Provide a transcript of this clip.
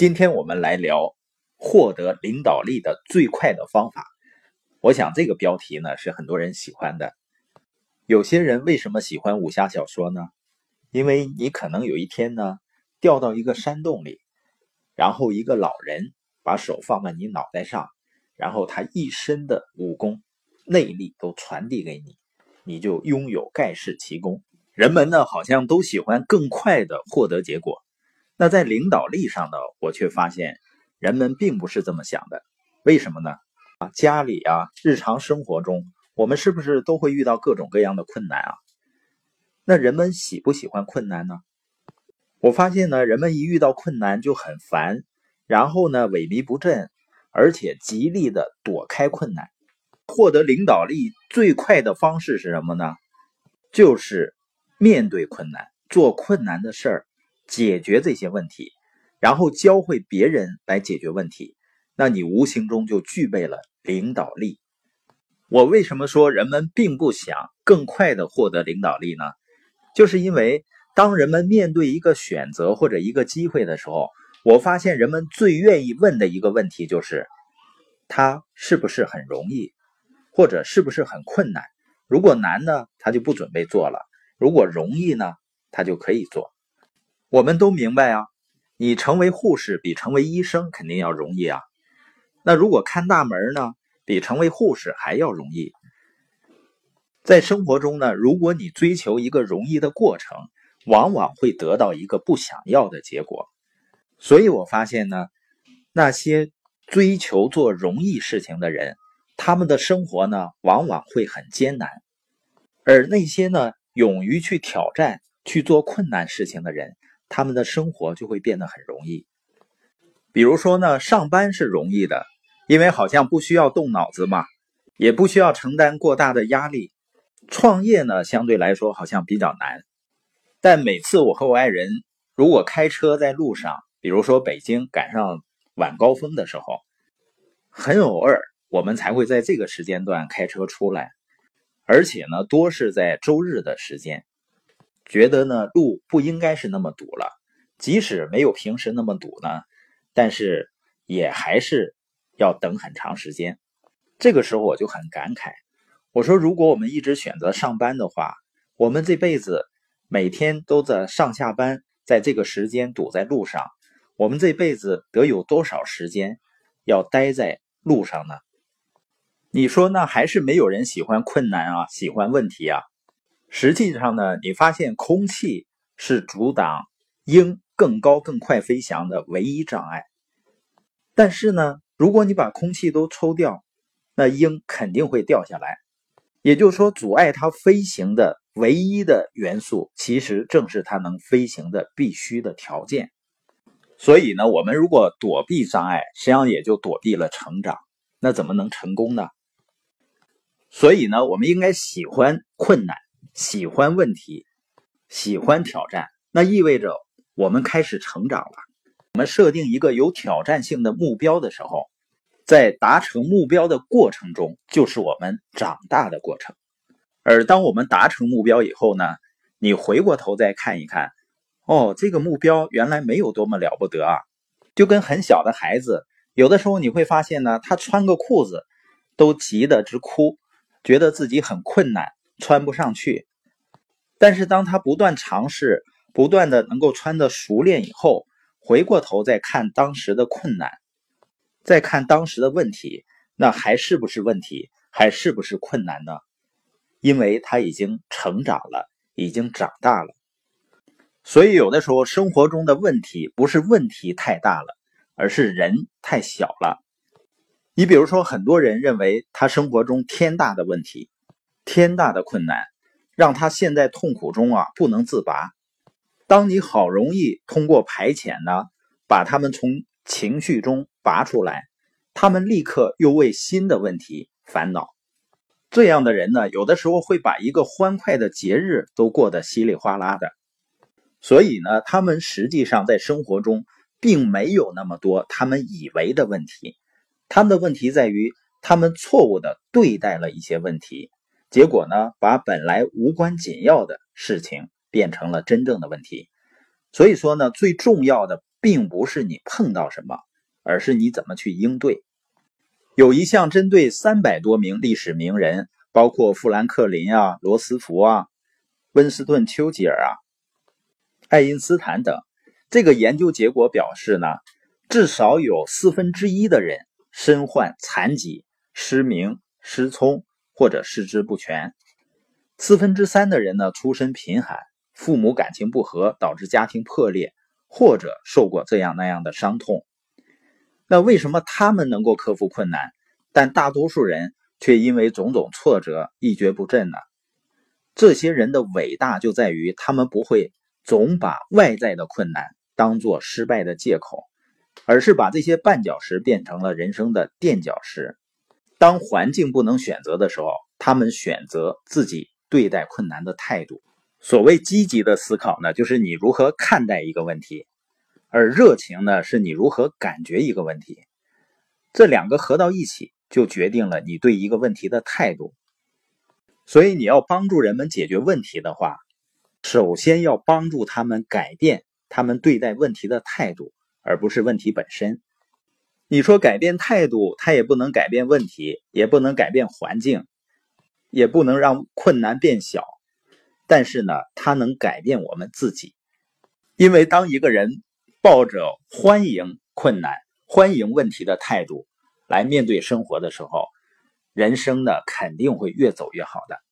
今天我们来聊获得领导力的最快的方法。我想这个标题呢是很多人喜欢的。有些人为什么喜欢武侠小说呢？因为你可能有一天呢掉到一个山洞里，然后一个老人把手放在你脑袋上，然后他一身的武功内力都传递给你，你就拥有盖世奇功。人们呢好像都喜欢更快的获得结果。那在领导力上呢，我却发现人们并不是这么想的。为什么呢？家里日常生活中，我们是不是都会遇到各种各样的困难啊？那人们喜不喜欢困难呢？我发现呢，人们一遇到困难就很烦，然后呢萎靡不振，而且极力的躲开困难。获得领导力最快的方式是什么呢？就是面对困难，做困难的事儿，解决这些问题，然后教会别人来解决问题，那你无形中就具备了领导力。我为什么说人们并不想更快的获得领导力呢？就是因为当人们面对一个选择或者一个机会的时候，我发现人们最愿意问的一个问题就是它是不是很容易，或者是不是很困难。如果难呢，他就不准备做了；如果容易呢，他就可以做。我们都明白你成为护士比成为医生肯定要容易那如果看大门呢，比成为护士还要容易。在生活中呢，如果你追求一个容易的过程，往往会得到一个不想要的结果。所以我发现呢，那些追求做容易事情的人，他们的生活呢，往往会很艰难。而那些呢，勇于去挑战、去做困难事情的人，他们的生活就会变得很容易。比如说呢，上班是容易的，因为好像不需要动脑子嘛，也不需要承担过大的压力。创业呢，相对来说好像比较难。但每次我和我爱人如果开车在路上，比如说北京赶上晚高峰的时候，很偶尔我们才会在这个时间段开车出来，而且呢，多是在周日的时间。觉得呢，路不应该是那么堵了，即使没有平时那么堵呢，但是也还是要等很长时间。这个时候我就很感慨，我说如果我们一直选择上班的话，我们这辈子每天都在上下班，在这个时间堵在路上，我们这辈子得有多少时间要待在路上呢？你说呢？还是没有人喜欢困难喜欢问题实际上呢，你发现空气是阻挡鹰更高更快飞翔的唯一障碍。但是呢，如果你把空气都抽掉，那鹰肯定会掉下来。也就是说，阻碍它飞行的唯一的元素，其实正是它能飞行的必须的条件。所以呢，我们如果躲避障碍，实际上也就躲避了成长。那怎么能成功呢？所以呢，我们应该喜欢困难，喜欢问题，喜欢挑战，那意味着我们开始成长了。我们设定一个有挑战性的目标的时候，在达成目标的过程中，就是我们长大的过程。而当我们达成目标以后呢，你回过头再看一看，这个目标原来没有多么了不得就跟很小的孩子，有的时候你会发现呢，他穿个裤子都急得直哭，觉得自己很困难，穿不上去。但是当他不断尝试，不断的能够穿得熟练以后，回过头再看当时的困难，再看当时的问题，那还是不是问题，还是不是困难呢？因为他已经成长了，已经长大了。所以有的时候生活中的问题不是问题太大了，而是人太小了。你比如说，很多人认为他生活中天大的问题，天大的困难，让他陷在痛苦中不能自拔。当你好容易通过排遣呢，把他们从情绪中拔出来，他们立刻又为新的问题烦恼。这样的人呢，有的时候会把一个欢快的节日都过得稀里哗啦的。所以呢，他们实际上在生活中并没有那么多他们以为的问题。他们的问题在于，他们错误地对待了一些问题，结果呢，把本来无关紧要的事情变成了真正的问题。所以说呢，最重要的并不是你碰到什么，而是你怎么去应对。有一项针对300多名历史名人，包括富兰克林啊、罗斯福啊、温斯顿·丘吉尔啊、爱因斯坦等，这个研究结果表示呢，至少有1/4的人身患残疾、失明、失聪或者四肢不全，3/4的人呢出身贫寒，父母感情不和导致家庭破裂，或者受过这样那样的伤痛。那为什么他们能够克服困难，但大多数人却因为种种挫折一蹶不振呢？这些人的伟大就在于他们不会总把外在的困难当作失败的借口，而是把这些绊脚石变成了人生的垫脚石。当环境不能选择的时候，他们选择自己对待困难的态度。所谓积极的思考呢，就是你如何看待一个问题，而热情呢，是你如何感觉一个问题。这两个合到一起，就决定了你对一个问题的态度。所以你要帮助人们解决问题的话，首先要帮助他们改变他们对待问题的态度，而不是问题本身。你说改变态度，它也不能改变问题，也不能改变环境，也不能让困难变小，但是呢，它能改变我们自己。因为当一个人抱着欢迎困难、欢迎问题的态度来面对生活的时候，人生呢肯定会越走越好的。